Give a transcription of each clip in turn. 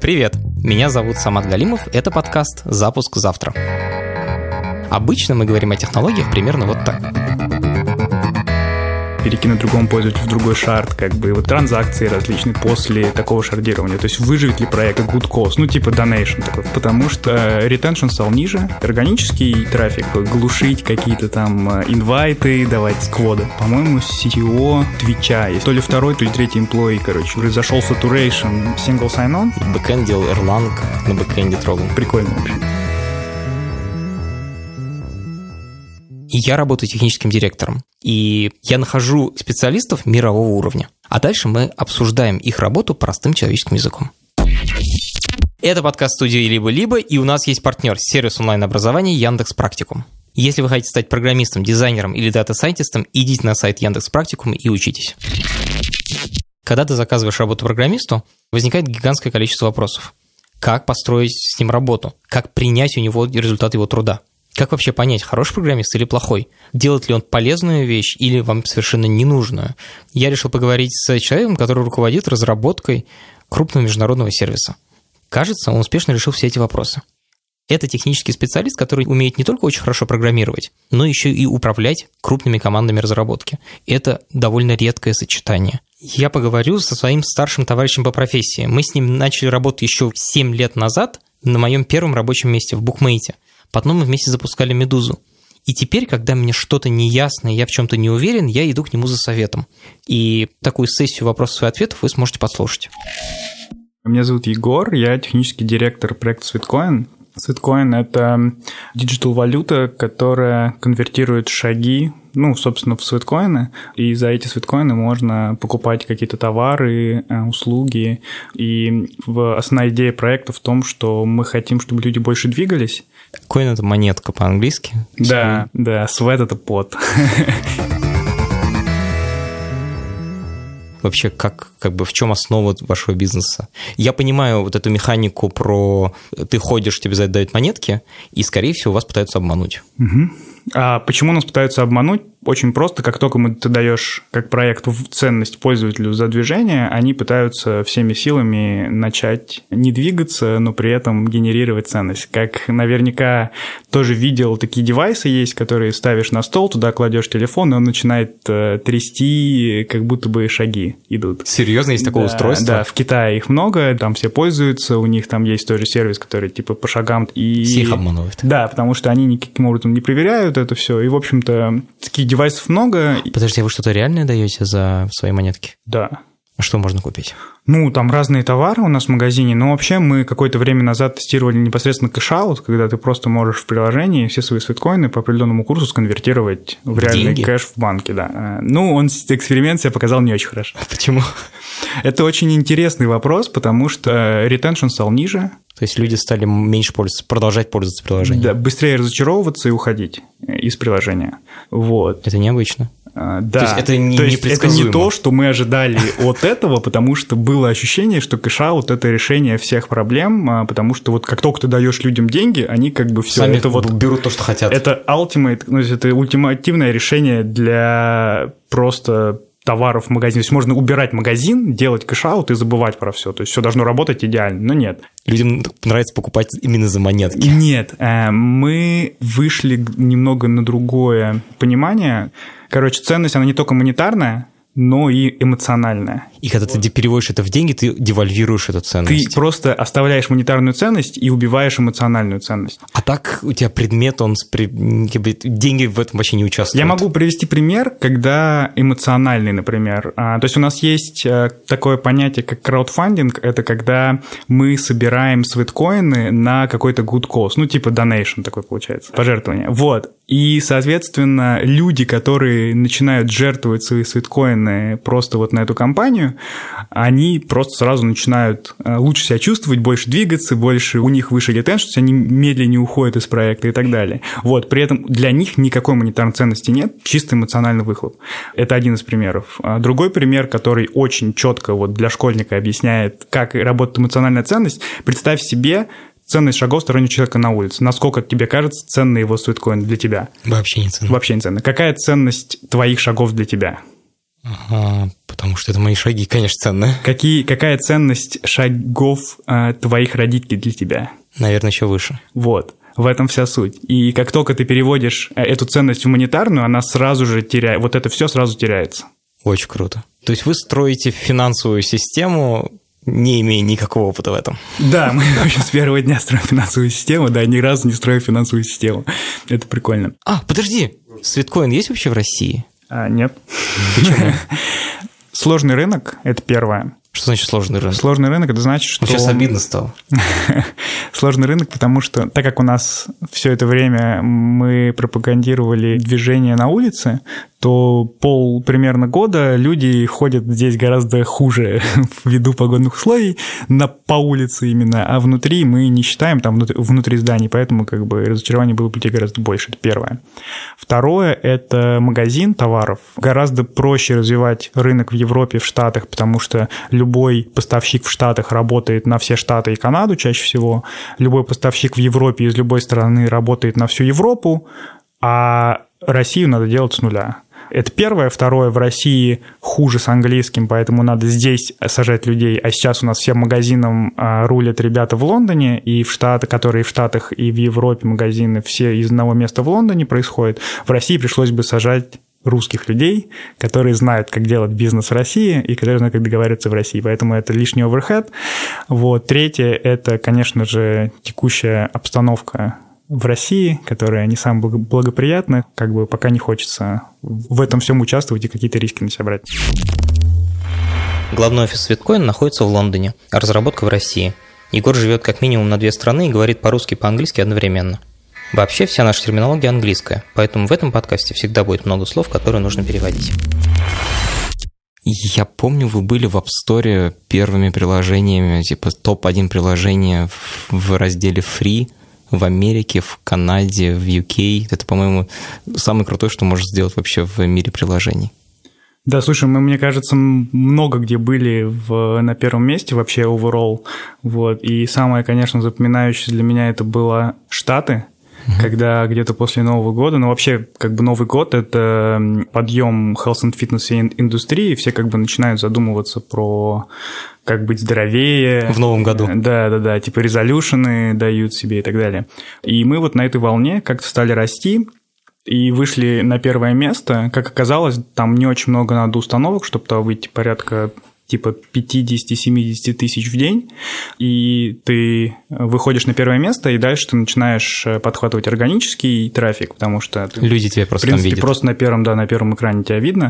Привет, меня зовут Самат Галимов, это подкаст «Запуск завтра». Обычно мы говорим о технологиях примерно вот так. Перекинуть другому пользователю в другой шард, вот транзакции различные после такого шардирования. То есть выживет ли проект good cost, типа donation такой. Потому что retention стал ниже, органический трафик, глушить какие-то там инвайты, давать скводы. По-моему, CTO Твича есть. То ли второй, то ли третий employee, произошел saturation single sign-on. Бэкэнд делал Erlang, на бэкэнде трогал. Прикольно вообще. И я работаю техническим директором. И я нахожу специалистов мирового уровня. А дальше мы обсуждаем их работу простым человеческим языком. Это подкаст студии «Либо-либо», и у нас есть партнер – сервис онлайн-образования Яндекс.Практикум. Если вы хотите стать программистом, дизайнером или дата-сайентистом, идите на сайт Яндекс.Практикум и учитесь. Когда ты заказываешь работу программисту, возникает гигантское количество вопросов. Как построить с ним работу? Как принять у него результат его труда? Как вообще понять, хороший программист или плохой? Делает ли он полезную вещь или вам совершенно ненужную? Я решил поговорить с человеком, который руководит разработкой крупного международного сервиса. Кажется, он успешно решил все эти вопросы. Это технический специалист, который умеет не только очень хорошо программировать, но еще и управлять крупными командами разработки. Это довольно редкое сочетание. Я поговорю со своим старшим товарищем по профессии. Мы с ним начали работу еще 7 лет назад на моем первом рабочем месте в Букмейте. Потом мы вместе запускали «Медузу». И теперь, когда мне что-то неясно, я в чем-то не уверен, я иду к нему за советом. И такую сессию вопросов и ответов вы сможете послушать. Меня зовут Егор, я технический директор проекта Sweetcoin. Sweetcoin – это диджитал-валюта, которая конвертирует шаги, собственно, в свиткоины, и за эти свиткоины можно покупать какие-то товары, услуги. И основная идея проекта в том, что мы хотим, чтобы люди больше двигались. Coin – это монетка по-английски? Да, sweat – это пот. Вообще, в чем основа вашего бизнеса? Я понимаю вот эту механику про ты ходишь, тебе за это дают монетки, и, скорее всего, вас пытаются обмануть. Угу. А почему нас пытаются обмануть? Очень просто. Как только ты даешь как проекту ценность пользователю за движение, они пытаются всеми силами начать не двигаться, но при этом генерировать ценность. Как наверняка тоже видел, такие девайсы есть, которые ставишь на стол, туда кладешь телефон, и он начинает трясти, как будто бы шаги идут. Серьезно, есть такое устройство? Да, в Китае их много, там все пользуются, у них там есть тоже сервис, который типа по шагам. И... Все их обманывают. Да, потому что они никаким образом не проверяют это все, и, в общем-то, таких девайсов много. Подожди, а вы что-то реальное даете за свои монетки? Да. А что можно купить? Там разные товары у нас в магазине, но вообще мы какое-то время назад тестировали непосредственно кэш-аут, когда ты просто можешь в приложении все свои свиткоины по определенному курсу сконвертировать в реальный деньги? Кэш в банке, да. Эксперимент себя показал не очень хорошо. Почему? Это очень интересный вопрос, потому что retention стал ниже. То есть люди стали меньше пользоваться, продолжать пользоваться приложением? Да, быстрее разочаровываться и уходить из приложения. Вот. Это необычно. Да, то есть это не то, что мы ожидали от этого, потому что было ощущение, что кэш-аут – это решение всех проблем, потому что как только ты даешь людям деньги, они все сами это берут то, что хотят. Это это ультимативное решение для просто товаров в магазине. То есть можно убирать магазин, делать кэш-аут и забывать про все. То есть все должно работать идеально, но нет. Людям нравится покупать именно за монетки. Нет, мы вышли немного на другое понимание. Ценность, она не только монетарная, но и эмоциональная. И когда ты переводишь это в деньги, ты девальвируешь эту ценность. Ты просто оставляешь монетарную ценность и убиваешь эмоциональную ценность. А так у тебя предмет, деньги в этом вообще не участвуют. Я могу привести пример, когда эмоциональный, например. То есть у нас есть такое понятие, как краудфандинг. Это когда мы собираем свиткоины на какой-то good cause. Типа donation такой получается, пожертвование. Вот. И, соответственно, люди, которые начинают жертвовать свои свиткоины просто на эту кампанию, они просто сразу начинают лучше себя чувствовать, больше двигаться, больше у них выше retention, они медленнее уходят из проекта и так далее. Вот, при этом для них никакой монетарной ценности нет, чисто эмоциональный выхлоп. Это один из примеров. Другой пример, который очень четко для школьника объясняет, как работает эмоциональная ценность. Представь себе ценность шагов стороннего человека на улице. Насколько тебе кажется ценный его свиткоин для тебя? Вообще не ценно. Вообще не ценно. Какая ценность твоих шагов для тебя? Ага, потому что это мои шаги, конечно, ценные. Какая ценность шагов твоих родителей для тебя? Наверное, еще выше. Вот. В этом вся суть. И как только ты переводишь эту ценность в монетарную, она сразу же теряет, вот это все сразу теряется. Очень круто. То есть вы строите финансовую систему, не имея никакого опыта в этом? Да, мы вообще с первого дня строим финансовую систему, да, ни разу не строим финансовую систему. Это прикольно. Подожди, Sweatcoin есть вообще в России? Нет. Почему? Сложный рынок – это первое. Что значит сложный рынок? Сложный рынок – это значит, что… Сейчас обидно стало. Сложный рынок, потому что, так как у нас все это время мы пропагандировали движение на улице, то примерно года люди ходят здесь гораздо хуже ввиду погодных условий по улице именно, а внутри мы не считаем там внутри зданий, поэтому как бы разочарование было бы гораздо больше, это первое. Второе – это магазин товаров. Гораздо проще развивать рынок в Европе, в Штатах, потому что любой поставщик в Штатах работает на все Штаты и Канаду чаще всего, любой поставщик в Европе из любой страны работает на всю Европу, а Россию надо делать с нуля. Это первое. Второе, в России хуже с английским, поэтому надо здесь сажать людей. А сейчас у нас всем магазинам рулят ребята в Лондоне, и которые в Штатах и в Европе магазины все из одного места в Лондоне происходят. В России пришлось бы сажать русских людей, которые знают, как делать бизнес в России и которые знают, как договариваться в России. Поэтому это лишний оверхед. Вот. Третье – это, конечно же, текущая обстановка в России, которая не самая благоприятная, как бы пока не хочется в этом всем участвовать и какие-то риски на себя брать. Главный офис Sweatcoin находится в Лондоне, а разработка в России. Егор живет как минимум на 2 страны и говорит по-русски и по-английски одновременно. Вообще вся наша терминология английская, поэтому в этом подкасте всегда будет много слов, которые нужно переводить. Я помню, вы были в App Store первыми приложениями, типа топ-1 приложения в разделе Free, в Америке, в Канаде, в UK. Это, по-моему, самое крутое, что можно сделать вообще в мире приложений. Да, слушай, мы, мне кажется, много где были на первом месте вообще overall. Вот. И самое, конечно, запоминающееся для меня это было Штаты, когда где-то после Нового года, вообще как бы Новый год – это подъем health and fitness индустрии, все как бы начинают задумываться про как быть здоровее. В новом году. Да, типа резолюшены дают себе и так далее. И мы вот на этой волне как-то стали расти и вышли на первое место. Как оказалось, там не очень много надо установок, чтобы туда выйти, порядка типа 50-70 тысяч в день, и ты выходишь на первое место, и дальше ты начинаешь подхватывать органический трафик, потому что люди тебя просто в принципе, там видят. Просто на первом экране тебя видно.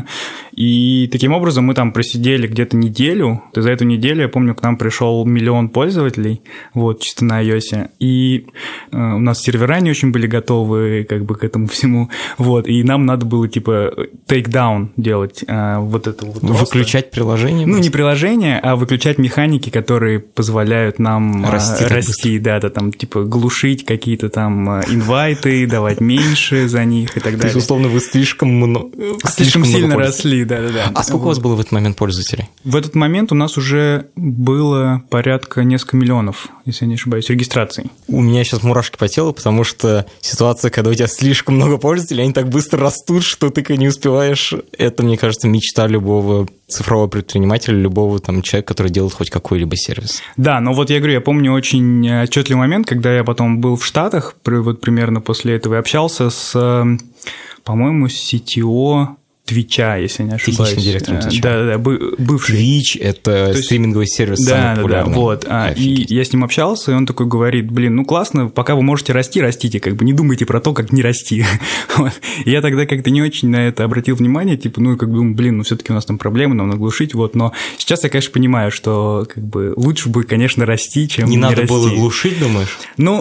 И таким образом мы там просидели где-то неделю. За эту неделю, я помню, к нам пришел 1 миллион пользователей, вот, чисто на iOS, и у нас сервера не очень были готовы как бы к этому всему, вот, и нам надо было типа take-down делать вот это вот. Выключать приложение? Не приложение, а выключать механики, которые позволяют нам расти, да, там, типа, глушить какие-то там инвайты, давать меньше за них и так далее. То есть, условно, вы слишком сильно росли, да. А сколько у вас было в этот момент пользователей? В этот момент у нас уже было порядка несколько миллионов, если я не ошибаюсь, регистраций. У меня сейчас мурашки по телу, потому что ситуация, когда у тебя слишком много пользователей, они так быстро растут, что ты не успеваешь. Это, мне кажется, мечта любого цифрового предпринимателя, любого там человека, который делает хоть какой-либо сервис. Да, но вот я говорю, я помню очень отчетливый момент, когда я потом был в Штатах, вот примерно после этого, и общался с, по-моему, CTO Твича, если не ошибаюсь. Техническим директором Твича. Да, бывший. Твич – это стриминговый сервис, самый популярный. Да, вот. И я с ним общался, и он такой говорит, классно, пока вы можете расти, растите, как бы не думайте про то, как не расти. Вот. И я тогда как-то не очень на это обратил внимание, типа, все-таки у нас там проблемы, нам надо глушить, вот. Но сейчас я, конечно, понимаю, что как бы лучше бы, конечно, расти, чем не расти. Не надо было глушить, думаешь?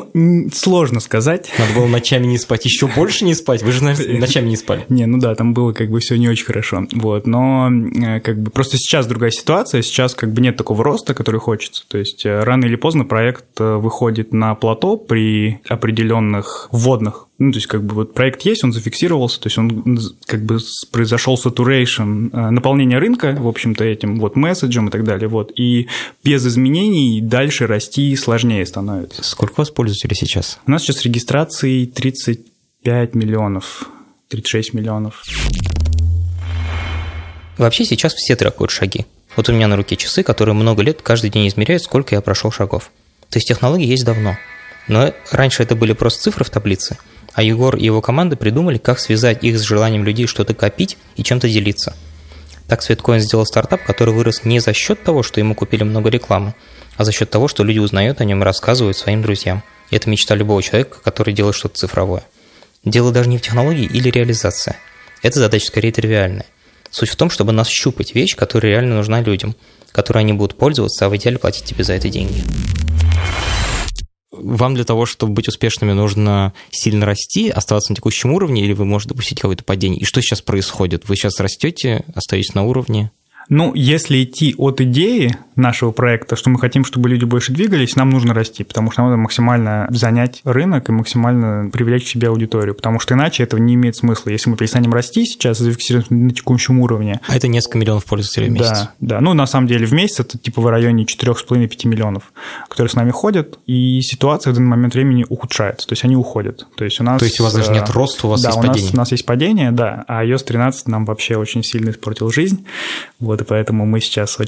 Сложно сказать. Надо было ночами не спать, еще больше не спать? Вы же, наверное, ночами не спали. Там было как бы все не очень хорошо, вот, но как бы просто сейчас другая ситуация, сейчас как бы нет такого роста, который хочется, то есть рано или поздно проект выходит на плато при определенных вводных, то есть как бы вот проект есть, он зафиксировался, то есть он как бы произошел saturation, наполнение рынка, в общем-то, этим вот месседжем и так далее, вот, и без изменений дальше расти сложнее становится. Сколько у вас пользователей сейчас? У нас сейчас регистраций 35 миллионов, 36 миллионов. Вообще сейчас все трекают шаги. Вот у меня на руке часы, которые много лет каждый день измеряют, сколько я прошел шагов. То есть технологии есть давно. Но раньше это были просто цифры в таблице, а Егор и его команда придумали, как связать их с желанием людей что-то копить и чем-то делиться. Так Sweatcoin сделал стартап, который вырос не за счет того, что ему купили много рекламы, а за счет того, что люди узнают о нем и рассказывают своим друзьям. И это мечта любого человека, который делает что-то цифровое. Дело даже не в технологии или реализации. Эта задача скорее тривиальная. Суть в том, чтобы нащупать вещь, которая реально нужна людям, которой они будут пользоваться, а в идеале платить тебе за это деньги. Вам для того, чтобы быть успешными, нужно сильно расти, оставаться на текущем уровне, или вы можете допустить какое-то падение? И что сейчас происходит? Вы сейчас растете, остаетесь на уровне? Ну, если идти от идеи нашего проекта, что мы хотим, чтобы люди больше двигались, нам нужно расти, потому что нам надо максимально занять рынок и максимально привлечь к себе аудиторию, потому что иначе этого не имеет смысла. Если мы перестанем расти сейчас, зафиксируемся на текущем уровне. А это несколько миллионов пользователей в месяц? Да. Ну, на самом деле, в месяц это типа в районе 4,5-5 миллионов, которые с нами ходят, и ситуация в данный момент времени ухудшается, то есть они уходят. То есть у нас даже нет роста, у вас есть падение? Да, у нас есть падение, да, а iOS 13 нам вообще очень сильно испортил жизнь, вот, и поэтому мы сейчас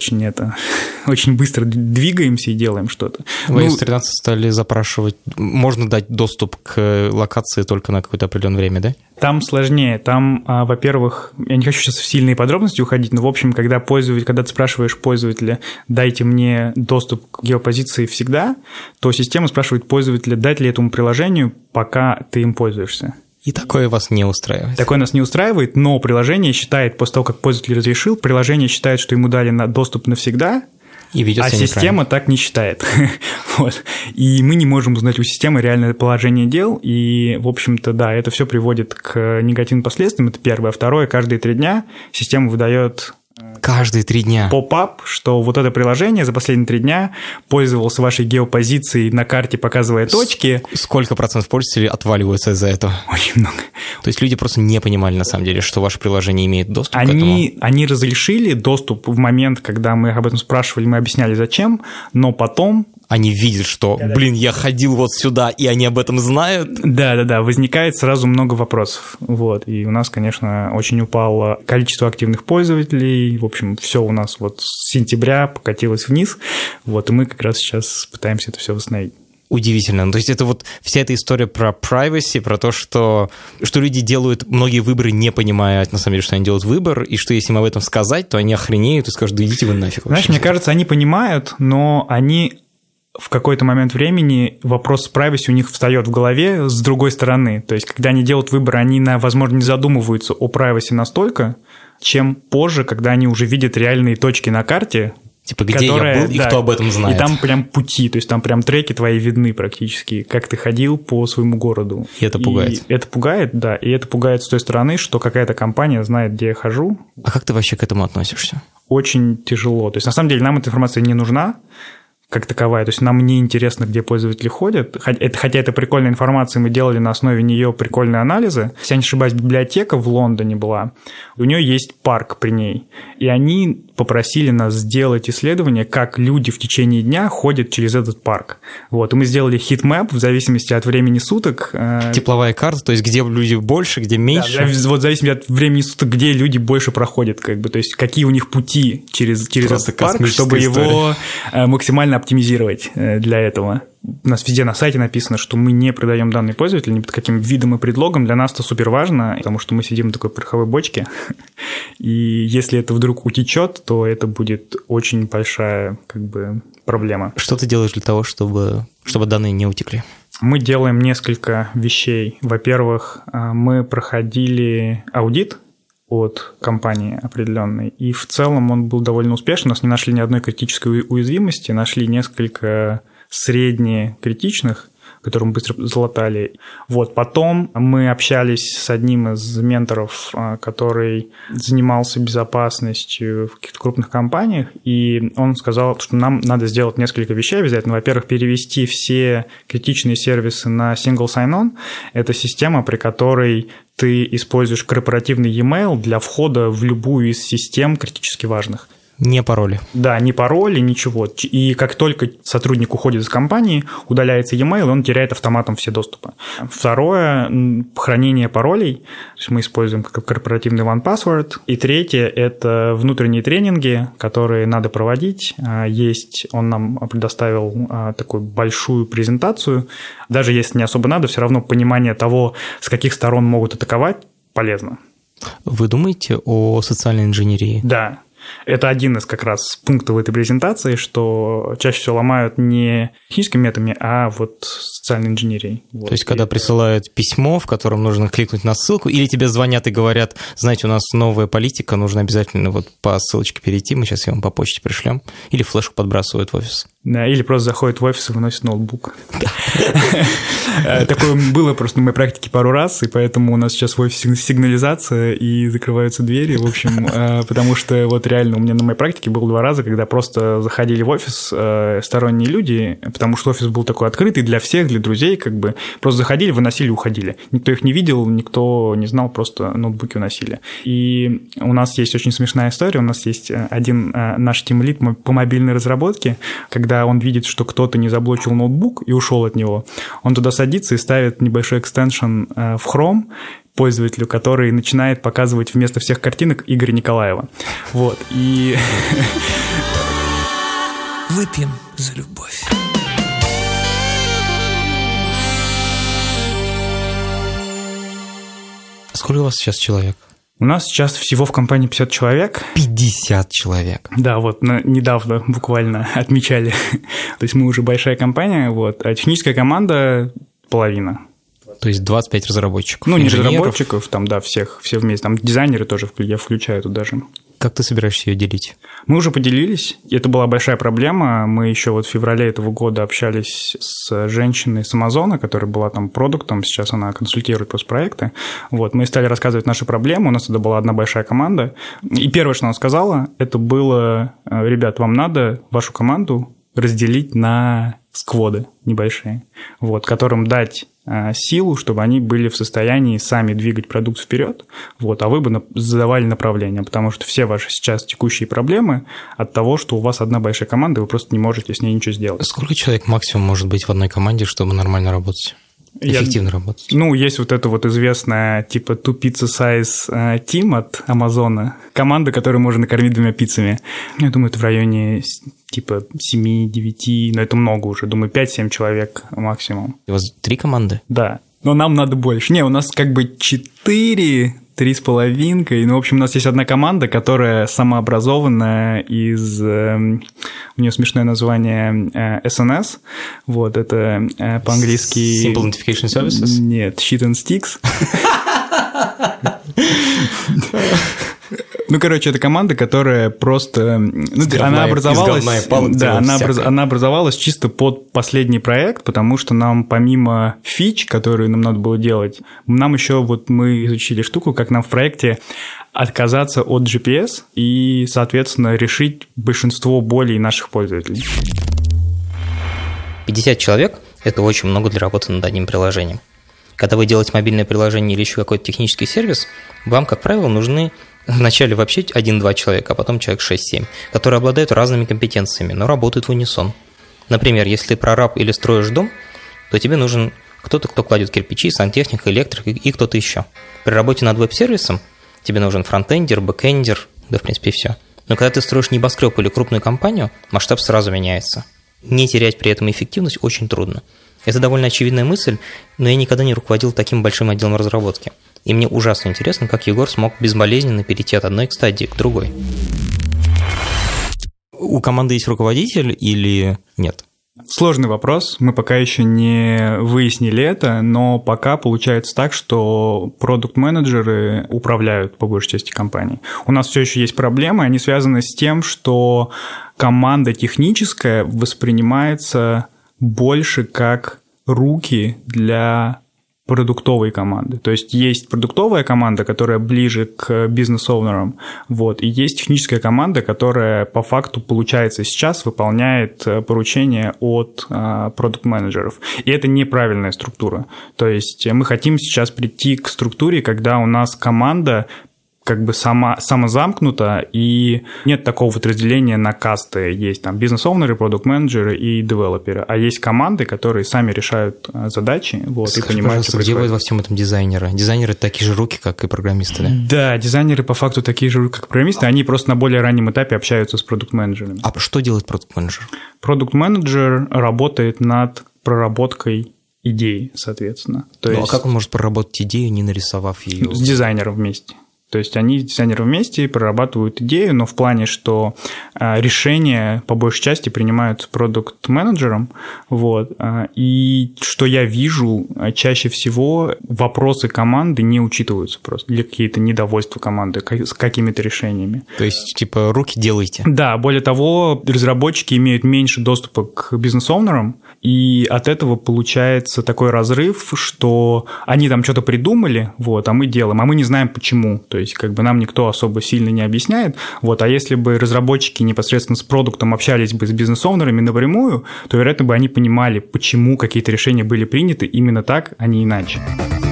очень быстро двигаемся и делаем что-то. В iOS 13 стали запрашивать, можно дать доступ к локации только на какое-то определенное время, да? Там сложнее. Там, во-первых, я не хочу сейчас в сильные подробности уходить, но, в общем, когда ты спрашиваешь пользователя, дайте мне доступ к геопозиции всегда, то система спрашивает пользователя, дать ли этому приложению, пока ты им пользуешься. И такое вас не устраивает? Такое нас не устраивает, но приложение считает, после того, как пользователь разрешил, приложение считает, что ему дали доступ навсегда, и а система так не считает. Вот. И мы не можем узнать у системы реальное положение дел, и, в общем-то, да, это все приводит к негативным последствиям, это первое. А второе, каждые 3 дня система выдает... Каждые 3 дня. Поп-ап, что вот это приложение за последние 3 дня пользовался вашей геопозицией на карте, показывая точки. Сколько процентов пользователей отваливаются из-за этого? Очень много. То есть люди просто не понимали, на самом деле, что ваше приложение имеет доступ к этому? Они разрешили доступ в момент, когда мы об этом спрашивали, мы объясняли, зачем, но потом... Они видят, что, я ходил вот сюда, и они об этом знают. Да, возникает сразу много вопросов. Вот. И у нас, конечно, очень упало количество активных пользователей. В общем, все у нас вот с сентября покатилось вниз. Вот. И мы как раз сейчас пытаемся это все восстановить. Удивительно. Ну, то есть это вот вся эта история про privacy, про то, что люди делают многие выборы, не понимая, на самом деле, что они делают выбор, и что если им об этом сказать, то они охренеют и скажут, да идите вы нафиг. Знаешь, мне кажется, они понимают, но они... в какой-то момент времени вопрос с privacy у них встает в голове с другой стороны. То есть, когда они делают выбор, они, возможно, не задумываются о privacy настолько, чем позже, когда они уже видят реальные точки на карте, типа, где я был и кто об этом знает. И там прям пути, то есть там прям треки твои видны практически, как ты ходил по своему городу. И это пугает. И это пугает, да, и это пугает с той стороны, что какая-то компания знает, где я хожу. А как ты вообще к этому относишься? Очень тяжело. То есть, на самом деле, нам эта информация не нужна, как таковая. То есть нам не интересно, где пользователи ходят. Хотя это прикольная информация, мы делали на основе нее прикольные анализы. Если я не ошибаюсь, библиотека в Лондоне была, у нее есть парк при ней. И они попросили нас сделать исследование, как люди в течение дня ходят через этот парк. Вот. И мы сделали хитмэп в зависимости от времени суток. Тепловая карта, то есть где люди больше, где меньше. Да, вот в зависимости от времени суток, где люди больше проходят. То есть какие у них пути через этот парк, чтобы его максимально оптимизировать для этого. У нас везде на сайте написано, что мы не продаем данные пользователя ни под каким видом и предлогом. Для нас это супер важно, потому что мы сидим в такой пороховой бочке. И если это вдруг утечет, то это будет очень большая проблема. Что ты делаешь для того, чтобы данные не утекли? Мы делаем несколько вещей. Во-первых, мы проходили аудит от компании определенной, и в целом он был довольно успешный. У нас не нашли ни одной критической уязвимости, нашли несколько среднекритичных, которые мы быстро залатали. Вот. Потом мы общались с одним из менторов, который занимался безопасностью в каких-то крупных компаниях, и он сказал, что нам надо сделать несколько вещей обязательно. Во-первых, перевести все критичные сервисы на Single Sign-On. Это система, при которой ты используешь корпоративный e-mail для входа в любую из систем критически важных. Не пароли. Да, не пароли, ничего. И как только сотрудник уходит из компании, удаляется e-mail, он теряет автоматом все доступы. Второе – хранение паролей. То есть мы используем корпоративный OnePassword. И третье – это внутренние тренинги, которые надо проводить. Он нам предоставил такую большую презентацию. Даже если не особо надо, все равно понимание того, с каких сторон могут атаковать, полезно. Вы думаете о социальной инженерии? Да. Это один из как раз пунктов этой презентации, что чаще всего ломают не техническими методами, а вот социальной инженерией. То есть, когда присылают письмо, в котором нужно кликнуть на ссылку, или тебе звонят и говорят, знаете, у нас новая политика, нужно обязательно вот по ссылочке перейти, мы сейчас ее вам по почте пришлем, или флешку подбрасывают в офис. Да, или просто заходит в офис и выносит ноутбук. Такое было просто на моей практике пару раз, и поэтому у нас сейчас в офисе сигнализация и закрываются двери, в общем, потому что вот реально у меня на моей практике было 2 раза, когда просто заходили в офис сторонние люди, потому что офис был такой открытый для всех, для друзей, как бы просто заходили, выносили, уходили. Никто их не видел, никто не знал, просто ноутбуки уносили. И у нас есть очень смешная история, у нас есть один наш тимлид по мобильной разработке, когда он видит, что кто-то не заблочил ноутбук и ушел от него, он туда садится и ставит небольшой экстеншн в Chrome пользователю, который начинает показывать вместо всех картинок Игоря Николаева. Вот, и... Выпьем за любовь. Сколько у вас сейчас человек? У нас сейчас всего в компании 50 человек. 50 человек. Да, вот недавно буквально отмечали. То есть мы уже большая компания, вот, а техническая команда половина. То есть 25 разработчиков. Ну, не разработчиков, там, да, все вместе. Там дизайнеры тоже я включаю тут даже. Как ты собираешься ее делить? Мы уже поделились. Это была большая проблема. Мы еще вот в феврале этого года общались с женщиной с Амазона, которая была там продуктом. Сейчас она консультирует просто проекты. Вот. Мы стали рассказывать наши проблемы. У нас тогда была одна большая команда. И первое, что она сказала, это было: ребят, вам надо вашу команду разделить на скводы небольшие, вот, которым дать силу, чтобы они были в состоянии сами двигать продукт вперед, вот, а вы бы задавали направление, потому что все ваши сейчас текущие проблемы от того, что у вас одна большая команда, и вы просто не можете с ней ничего сделать. Сколько человек максимум может быть в одной команде, чтобы нормально работать? Эффективно работать. Ну, есть вот это вот известная типа two pizza size team от Амазона. Команда, которую можно накормить 2 пиццами. Я думаю, это в районе типа 7-9, но это много уже. Думаю, 5-7 человек максимум. У вас 3 команды? Да. Но нам надо больше. Не, у нас как бы 4... 3,5. Ну, в общем, у нас есть одна команда, которая самообразованная из... У нее смешное название SNS. Вот, это по-английски... Simple Identification Services? Нет, Shit and Sticks. Ну, короче, это команда, которая просто... она образовалась... Да, она образовалась чисто под последний проект, потому что нам помимо фич, которые нам надо было делать, нам еще вот мы изучили штуку, как нам в проекте отказаться от GPS и, соответственно, решить большинство болей наших пользователей. 50 человек – это очень много для работы над одним приложением. Когда вы делаете мобильное приложение или еще какой-то технический сервис, вам, как правило, нужны вначале вообще 1-2 человека, а потом человек 6-7, которые обладают разными компетенциями, но работают в унисон. Например, если ты прораб или строишь дом, то тебе нужен кто-то, кто кладет кирпичи, сантехник, электрик и кто-то еще. При работе над веб-сервисом тебе нужен фронтендер, бэкендер, да, в принципе, и все. Но когда ты строишь небоскреб или крупную компанию, масштаб сразу меняется. Не терять при этом эффективность очень трудно. Это довольно очевидная мысль, но я никогда не руководил таким большим отделом разработки. И мне ужасно интересно, как Егор смог безболезненно перейти от одной стадии к другой. У команды есть руководитель или нет? Сложный вопрос. Мы пока еще не выяснили это, но пока получается так, что продукт-менеджеры управляют по большей части компанией. У нас все еще есть проблемы, они связаны с тем, что команда техническая воспринимается больше как руки для продуктовой команды. То есть есть продуктовая команда, которая ближе к бизнес-оунерам, вот, и есть техническая команда, которая по факту, получается, сейчас выполняет поручения от продукт-менеджеров. И это неправильная структура. То есть мы хотим сейчас прийти к структуре, когда у нас команда как бы самозамкнуто, и нет такого вот разделения на касты. Есть там бизнес-оунеры, продукт-менеджеры и девелоперы, а есть команды, которые сами решают задачи, вот, и понимают, что где во всем этом дизайнеры? Дизайнеры такие же руки, как и программисты, да? Да, дизайнеры по факту такие же руки, как программисты, они просто на более раннем этапе общаются с продукт-менеджерами. А что делает продукт-менеджер? Продукт-менеджер работает над проработкой идеи, соответственно. А как он может проработать идею, не нарисовав ее? С дизайнером вместе. То есть они с дизайнером вместе прорабатывают идею, но в плане, что решения по большей части принимаются продукт-менеджером. Вот. И что я вижу, чаще всего вопросы команды не учитываются просто, или какие-то недовольства команды с какими-то решениями. То есть, типа, руки делайте. Да, более того, разработчики имеют меньше доступа к бизнес-оунерам, и от этого получается такой разрыв, что они там что-то придумали, вот, а мы делаем, а мы не знаем почему. То есть, как бы нам никто особо сильно не объясняет. Вот, а если бы разработчики непосредственно с продуктом общались бы с бизнес-оунерами напрямую, то, вероятно, бы они понимали, почему какие-то решения были приняты именно так, а не иначе.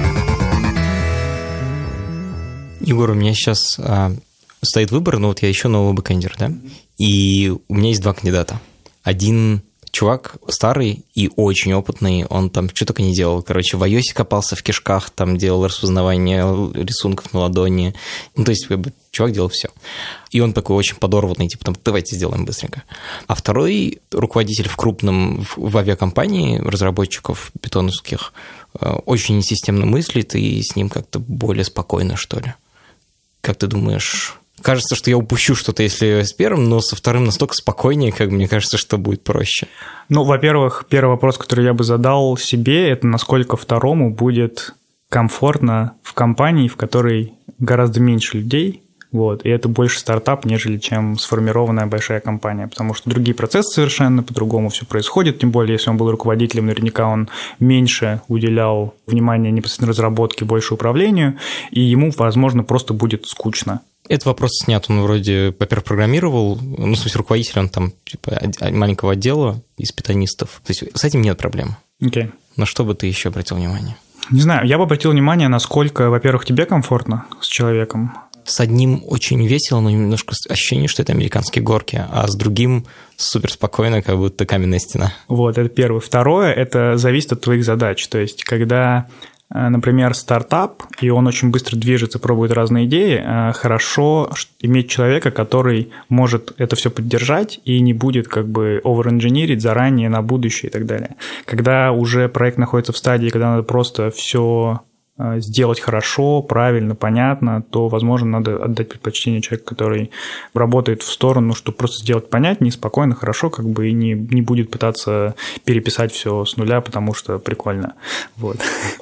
Егор, у меня сейчас стоит выбор, но вот я ищу нового бэкэндера, да? И у меня есть два кандидата. Один чувак старый и очень опытный, он там что только не делал. Короче, в iOS копался в кишках, там делал распознавание рисунков на ладони. Ну, то есть, чувак делал все. И он такой очень подорванный, типа, там, давайте сделаем быстренько. А второй руководитель в авиакомпании разработчиков питоновских очень системно мыслит, и с ним как-то более спокойно, что ли. Как ты думаешь... Кажется, что я упущу что-то, если с первым, но со вторым настолько спокойнее, как мне кажется, что будет проще. Ну, во-первых, первый вопрос, который я бы задал себе, это насколько второму будет комфортно в компании, в которой гораздо меньше людей, вот, и это больше стартап, нежели чем сформированная большая компания, потому что другие процессы совершенно по-другому все происходит, тем более, если он был руководителем, наверняка он меньше уделял внимания непосредственно разработке, больше управлению, и ему, возможно, просто будет скучно. Этот вопрос снят, он вроде, во-первых, программировал, ну, в смысле, руководитель, он там, типа, маленького отдела из питонистов. То есть с этим нет проблем. Окей. На что бы ты еще обратил внимание? Не знаю, я бы обратил внимание, насколько, во-первых, тебе комфортно с человеком. С одним очень весело, но немножко ощущение, что это американские горки, а с другим супер спокойно, как будто каменная стена. Вот, это первое. Второе, это зависит от твоих задач. То есть, когда... Например, стартап, и он очень быстро движется, пробует разные идеи, хорошо иметь человека, который может это все поддержать и не будет как бы over-engineerить заранее на будущее и так далее. Когда уже проект находится в стадии, когда надо просто все сделать хорошо, правильно, понятно, то, возможно, надо отдать предпочтение человеку, который работает в сторону, чтобы просто сделать понятнее, спокойно, хорошо, как бы и не будет пытаться переписать все с нуля, потому что прикольно. Вот.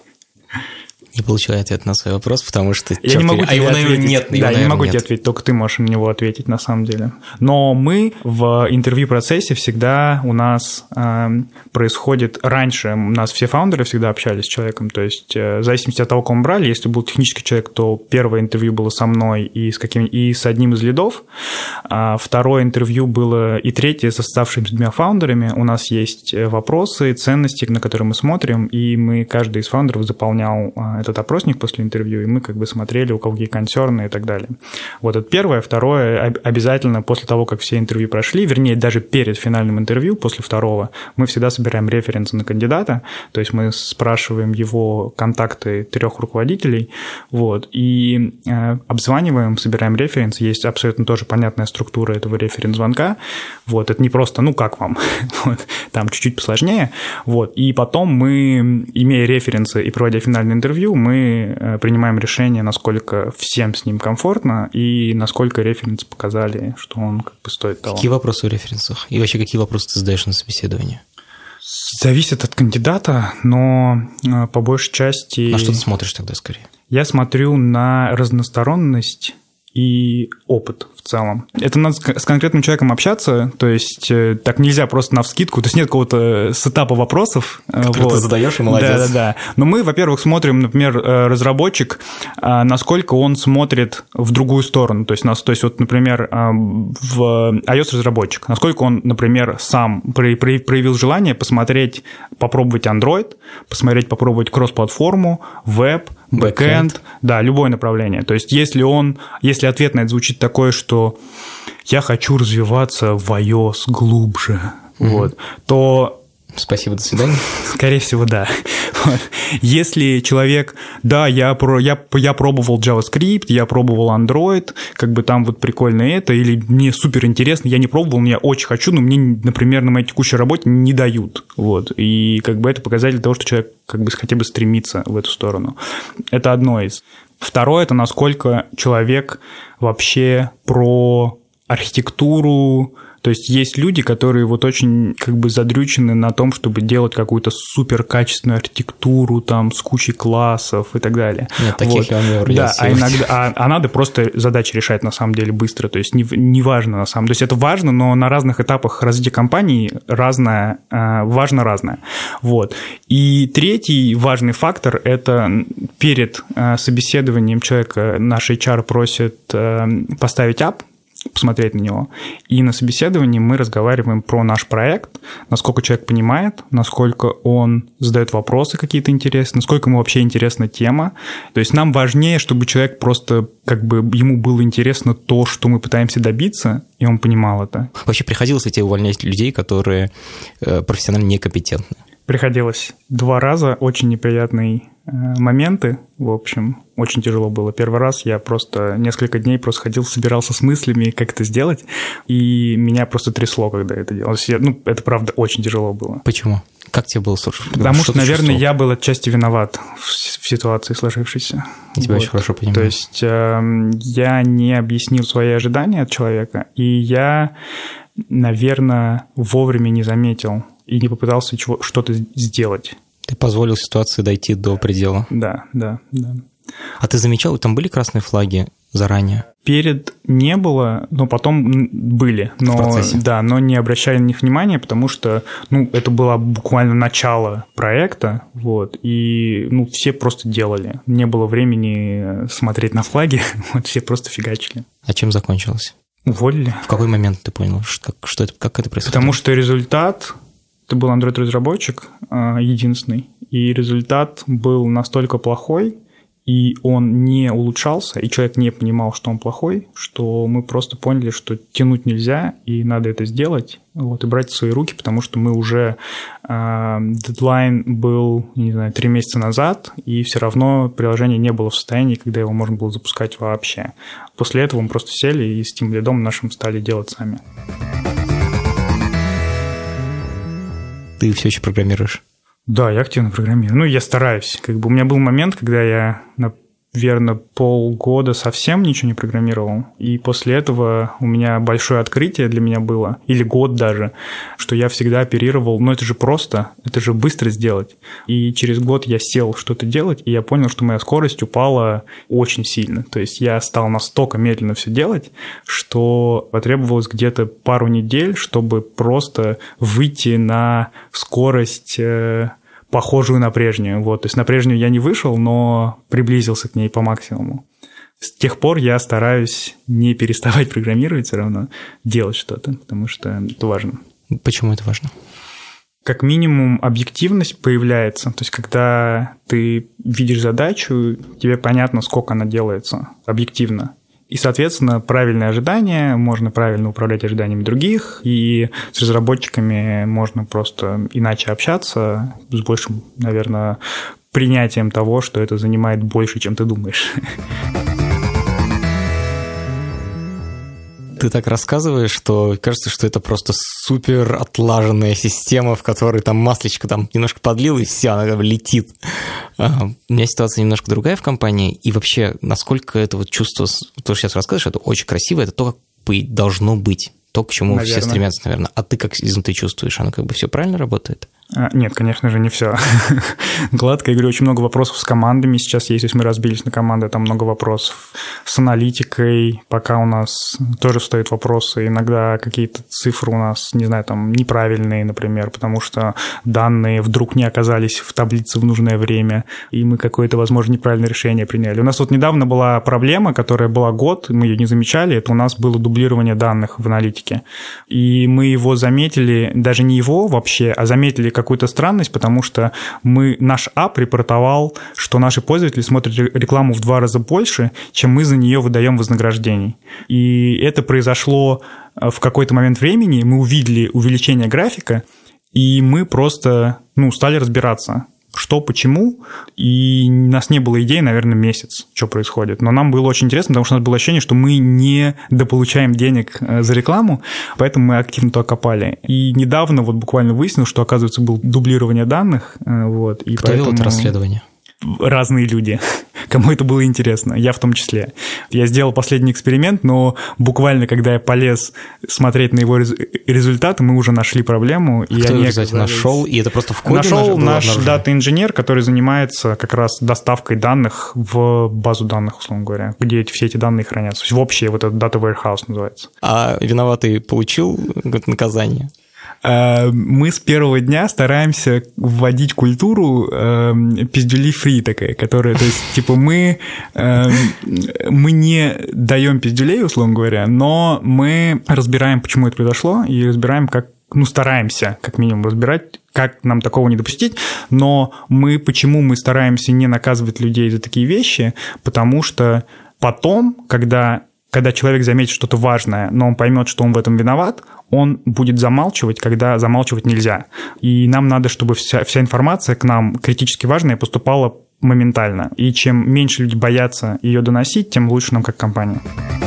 Не получил ответ на свой вопрос, потому что... Я не могу тебе ответить. Нет, да, я не могу тебе ответить, только ты можешь на него ответить на самом деле. Но мы в интервью-процессе всегда у нас происходит... Раньше у нас все фаундеры всегда общались с человеком, то есть в зависимости от того, кого мы брали, если был технический человек, то первое интервью было со мной и с одним из лидов, а второе интервью было и третье с оставшимися двумя фаундерами. У нас есть вопросы, ценности, на которые мы смотрим, и каждый из фаундеров заполнял этот опросник после интервью, и мы как бы смотрели, у кого какие консерны и так далее. Вот это первое. Второе, обязательно после того, как все интервью прошли, вернее, даже перед финальным интервью, после второго, мы всегда собираем референсы на кандидата, то есть мы спрашиваем его контакты 3 руководителей, вот, и обзваниваем, собираем референс, есть абсолютно тоже понятная структура этого референс-звонка, вот, это не просто, ну, как вам, вот, там чуть-чуть посложнее, вот, и потом мы, имея референсы и проводя финальное интервью, мы принимаем решение, насколько всем с ним комфортно и насколько референсы показали, что он как бы стоит того. Какие вопросы в референсах? И вообще, какие вопросы ты задаешь на собеседовании? Зависит от кандидата, но по большей части... На что ты смотришь тогда скорее? Я смотрю на разносторонность и опыт в целом. Это надо с конкретным человеком общаться, то есть так нельзя просто навскидку, то есть нет какого-то сетапа вопросов. Который ты задаешь, и молодец. Да. Но мы, во-первых, смотрим, например, разработчик, насколько он смотрит в другую сторону. То есть вот, например, в iOS-разработчик, насколько он, например, сам проявил желание посмотреть, попробовать Android, попробовать кросс-платформу, веб, бэкэнд, да, любое направление. То есть если ответ на это звучит такое, что я хочу развиваться в iOS глубже, вот, то... Спасибо, до свидания. Скорее всего, да. Вот. Если человек, да, я пробовал JavaScript, я пробовал Android, как бы там вот прикольно это, или мне супер интересно, я не пробовал, но я очень хочу, но мне, например, на моей текущей работе не дают. Вот. И как бы это показатель того, что человек как бы хотя бы стремится в эту сторону. Это одно из. Второе, это насколько человек вообще про архитектуру. То есть есть люди, которые вот очень как бы задрючены на том, чтобы делать какую-то супер качественную архитектуру там с кучей классов и так далее. Нет, таких я не вроде. Да, а надо просто задачи решать на самом деле быстро. То есть не важно на самом деле. То есть это важно, но на разных этапах развития компании важно разное. Вот. И третий важный фактор – это перед собеседованием человека наш HR просит поставить ап, посмотреть на него. И на собеседовании мы разговариваем про наш проект, насколько человек понимает, насколько он задает вопросы какие-то интересные, насколько ему вообще интересна тема. То есть нам важнее, чтобы человек просто как бы ему было интересно то, что мы пытаемся добиться, и он понимал это. Вообще приходилось ли тебе увольнять людей, которые профессионально некомпетентны? Приходилось 2 раза, очень неприятные моменты, в общем, очень тяжело было. Первый раз я просто несколько дней просто ходил, собирался с мыслями, как это сделать, и меня просто трясло, когда это делал. Ну, это правда очень тяжело было. Почему? Как тебе было сложно? Потому что, наверное, я был отчасти виноват в ситуации сложившейся. Я тебя очень хорошо понимаю. То есть я не объяснил свои ожидания от человека, и я, наверное, вовремя не заметил и не попытался что-то сделать. Ты позволил ситуации дойти до предела. Да. А ты замечал, там были красные флаги заранее? Перед не было, но потом были. Но не обращали на них внимания, потому что это было буквально начало проекта, вот, и все просто делали. Не было времени смотреть на флаги, вот, все просто фигачили. А чем закончилось? Уволили. В какой момент ты понял, как это происходило? Потому что результат... Это был Android-разработчик единственный, и результат был настолько плохой, и он не улучшался, и человек не понимал, что он плохой, что мы просто поняли, что тянуть нельзя, и надо это сделать, вот, и брать в свои руки, потому что мы уже... дедлайн был, 3 месяца назад, и все равно приложение не было в состоянии, когда его можно было запускать вообще. После этого мы просто сели и с тимлидом нашим стали делать сами. Ты все еще программируешь? Да, я активно программирую. Я стараюсь. У меня был момент, когда я, наверное, полгода совсем ничего не программировал. И после этого у меня большое открытие для меня было, или год даже, что я всегда оперировал, это же просто, это же быстро сделать. И через год я сел что-то делать, и я понял, что моя скорость упала очень сильно. То есть я стал настолько медленно все делать, что потребовалось где-то пару недель, чтобы просто выйти на скорость... похожую на прежнюю. Вот. То есть на прежнюю я не вышел, но приблизился к ней по максимуму. С тех пор я стараюсь не переставать программировать, все равно делать что-то, потому что это важно. Почему это важно? Как минимум объективность появляется. То есть когда ты видишь задачу, тебе понятно, сколько она делается объективно. И, соответственно, правильные ожидания, можно правильно управлять ожиданиями других, и с разработчиками можно просто иначе общаться, с большим, наверное, принятием того, что это занимает больше, чем ты думаешь. Ты так рассказываешь, что кажется, что это просто супер отлаженная система, в которой там маслечко там немножко подлил, и все, она летит. У меня ситуация немножко другая в компании, и вообще, насколько это вот чувство, то, что сейчас рассказываешь, это очень красиво, это то, как должно быть, то, к чему все стремятся, наверное. А ты как изнутри чувствуешь, оно как бы все правильно работает? Нет, конечно же, не все гладко. Я говорю, очень много вопросов с командами сейчас есть. То есть мы разбились на команды, там много вопросов с аналитикой. Пока у нас тоже встают вопросы. Иногда какие-то цифры у нас, не знаю, там неправильные, например, потому что данные вдруг не оказались в таблице в нужное время, и мы какое-то, возможно, неправильное решение приняли. У нас вот недавно была проблема, которая была год, мы ее не замечали, это у нас было дублирование данных в аналитике. И мы его заметили, даже не его вообще, а заметили, какую-то странность, потому что наш ап репортовал, что наши пользователи смотрят рекламу в 2 раза больше, чем мы за нее выдаем вознаграждений. И это произошло в какой-то момент времени, мы увидели увеличение графика, и мы просто стали разбираться, что, почему, и у нас не было идей, наверное, месяц, что происходит. Но нам было очень интересно, потому что у нас было ощущение, что мы не дополучаем денег за рекламу, поэтому мы активно туда копали. И недавно буквально выяснилось, что, оказывается, было дублирование данных. И кто вел это расследование? Разные люди, кому это было интересно, я в том числе. Я сделал последний эксперимент, но буквально, когда я полез смотреть на его результаты, мы уже нашли проблему. И кто его, кстати, нашел? И это просто в коде нашел наш дата-инженер, который занимается как раз доставкой данных в базу данных, условно говоря, где все эти данные хранятся. То есть в общее вот этот data warehouse называется. А виноватый получил наказание? Мы с первого дня стараемся вводить культуру пиздюлей фри такая, которая, то есть, типа, мы не даем пиздюлей, условно говоря, но мы разбираем, почему это произошло, и разбираем, как, стараемся, как минимум, разбирать, как нам такого не допустить, но почему мы стараемся не наказывать людей за такие вещи, потому что потом, когда человек заметит что-то важное, но он поймет, что он в этом виноват, он будет замалчивать, когда замалчивать нельзя. И нам надо, чтобы вся информация к нам критически важная поступала моментально. И чем меньше люди боятся ее доносить, тем лучше нам как компания.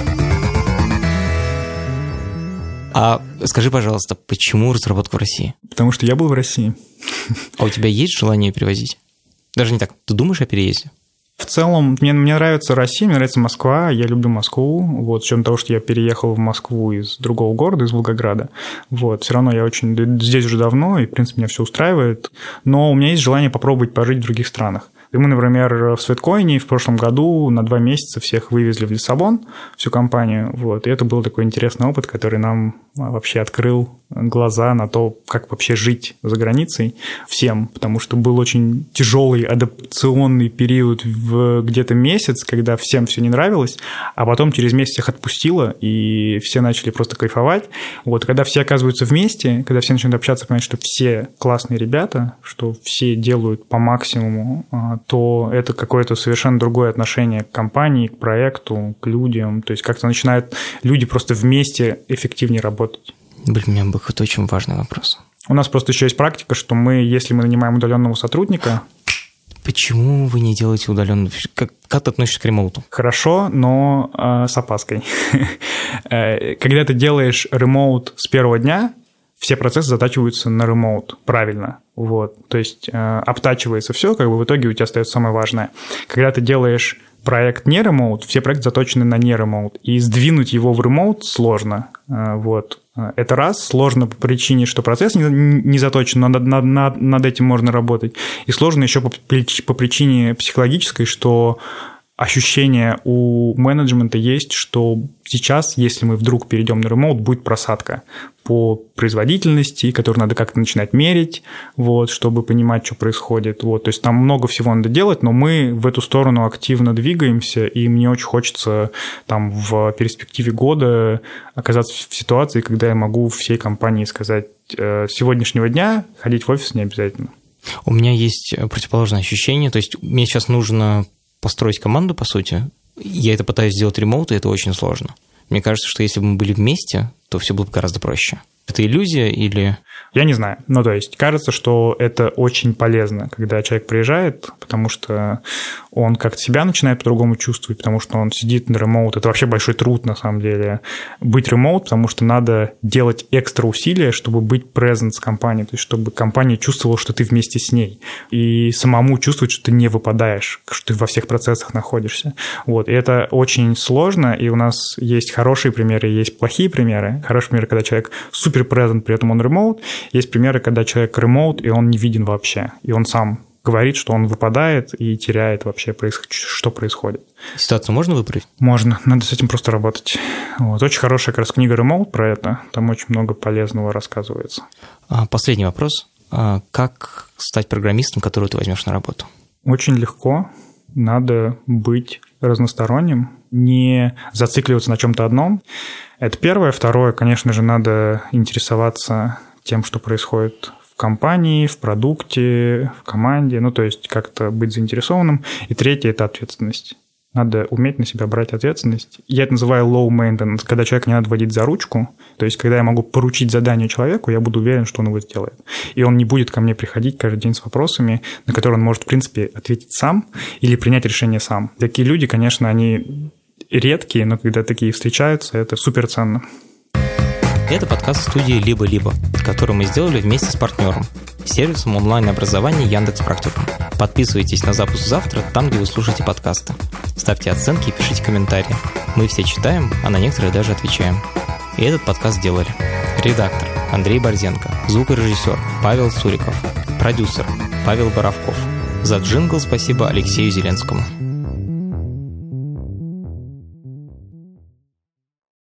А скажи, пожалуйста, почему разработка в России? Потому что я был в России. А у тебя есть желание перевозить? Даже не так. Ты думаешь о переезде? В целом, мне нравится Россия, мне нравится Москва, я люблю Москву, с учетом того, что я переехал в Москву из другого города, из Волгограда, все равно я здесь уже давно, и, в принципе, меня все устраивает, но у меня есть желание попробовать пожить в других странах. И мы, например, в Sweatcoin в прошлом году на 2 месяца всех вывезли в Лиссабон, всю компанию, и это был такой интересный опыт, который нам вообще открыл глаза на то, как вообще жить за границей всем, потому что был очень тяжелый адаптационный период где-то месяц, когда всем все не нравилось, а потом через месяц всех отпустило, и все начали просто кайфовать. Когда все оказываются вместе, когда все начинают общаться, понимать, что все классные ребята, что все делают по максимуму, то это какое-то совершенно другое отношение к компании, к проекту, к людям. То есть как-то начинают люди просто вместе эффективнее работать. Блин, у меня был какой-то очень важный вопрос. У нас просто еще есть практика, что если мы нанимаем удаленного сотрудника... Почему вы не делаете удаленный? Как ты относишься к ремоуту? Хорошо, но с опаской. Когда ты делаешь ремоут с первого дня, все процессы затачиваются на ремоут правильно. То есть обтачивается все, в итоге у тебя остается самое важное. Когда ты делаешь проект не ремоут, все проекты заточены на не ремоут, и сдвинуть его в ремоут сложно. Это раз, сложно по причине, что процесс не заточен, но над этим можно работать. И сложно еще по причине психологической, что ощущение у менеджмента есть, что сейчас, если мы вдруг перейдем на ремоут, будет просадка по производительности, которую надо как-то начинать мерить, чтобы понимать, что происходит. То есть там много всего надо делать, но мы в эту сторону активно двигаемся, и мне очень хочется там в перспективе года оказаться в ситуации, когда я могу всей компании сказать, с сегодняшнего дня ходить в офис не обязательно. У меня есть противоположное ощущение, то есть мне сейчас нужно построить команду, по сути. Я это пытаюсь сделать ремоут, и это очень сложно. Мне кажется, что если бы мы были вместе, то все было бы гораздо проще. Это иллюзия или... Я не знаю. То есть кажется, что это очень полезно, когда человек приезжает, потому что он как-то себя начинает по-другому чувствовать, потому что он сидит на ремоут. Это вообще большой труд, на самом деле, быть ремоут, потому что надо делать экстра усилия, чтобы быть present с компанией, то есть чтобы компания чувствовала, что ты вместе с ней, и самому чувствовать, что ты не выпадаешь, что ты во всех процессах находишься. И это очень сложно, и у нас есть хорошие примеры, есть плохие примеры. Хороший пример, когда человек супер present, при этом он ремоут. Есть примеры, когда человек ремоут, и он не виден вообще, и он сам говорит, что он выпадает и теряет вообще, что происходит. Ситуацию можно выправить? Можно, надо с этим просто работать. Очень хорошая как раз книга «Ремоут» про это, там очень много полезного рассказывается. Последний вопрос. Как стать программистом, которого ты возьмешь на работу? Очень легко. Надо быть разносторонним, не зацикливаться на чем-то одном. Это первое. Второе, конечно же, надо интересоваться тем, что происходит в компании, в продукте, в команде, ну, то есть как-то быть заинтересованным. И третье – это ответственность. Надо уметь на себя брать ответственность. Я это называю low maintenance, когда человека не надо водить за ручку. То есть, когда я могу поручить задание человеку, я буду уверен, что он его сделает. И он не будет ко мне приходить каждый день с вопросами, на которые он может, в принципе, ответить сам или принять решение сам. Такие люди, конечно, они редкие, но когда такие встречаются, это суперценно. Это подкаст студии «Либо-либо», который мы сделали вместе с партнером, сервисом онлайн-образования Яндекс.Практикум. Подписывайтесь на «Запуск завтра» там, где вы слушаете подкасты. Ставьте оценки и пишите комментарии. Мы все читаем, а на некоторые даже отвечаем. И этот подкаст делали редактор Андрей Борзенко, звукорежиссер Павел Суриков, продюсер Павел Боровков. За джингл спасибо Алексею Зеленскому.